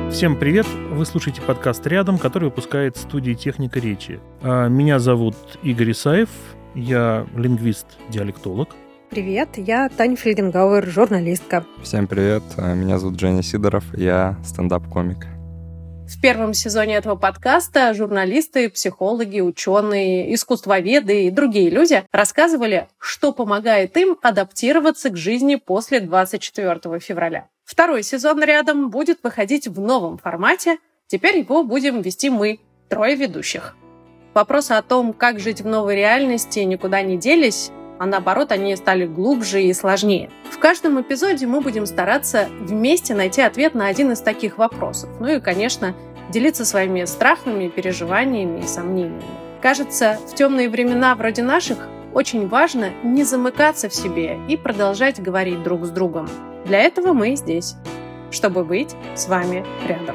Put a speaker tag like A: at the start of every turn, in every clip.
A: Всем привет! Вы слушаете подкаст «Рядом», который выпускает студия «Техника речи». Меня зовут Игорь Исаев, я лингвист-диалектолог.
B: Привет, я Таня Фельгенгауэр, журналистка.
C: Всем привет, меня зовут Женя Сидоров, я стендап-комик.
D: В первом сезоне этого подкаста журналисты, психологи, ученые, искусствоведы и другие люди рассказывали, что помогает им адаптироваться к жизни после 24 февраля. Второй сезон «Рядом» будет выходить в новом формате. Теперь его будем вести мы, трое ведущих. Вопросы о том, как жить в новой реальности, никуда не делись, а наоборот, они стали глубже и сложнее. В каждом эпизоде мы будем стараться вместе найти ответ на один из таких вопросов. Ну и, конечно, делиться своими страхами, переживаниями и сомнениями. Кажется, в темные времена вроде наших очень важно не замыкаться в себе и продолжать говорить друг с другом. Для этого мы здесь, чтобы быть с вами рядом.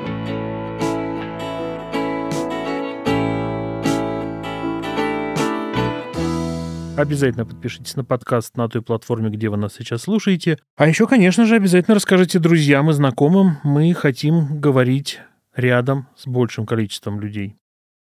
A: Обязательно подпишитесь на подкаст на той платформе, где вы нас сейчас слушаете. А еще, конечно же, обязательно расскажите друзьям и знакомым. Мы хотим говорить рядом с большим количеством людей.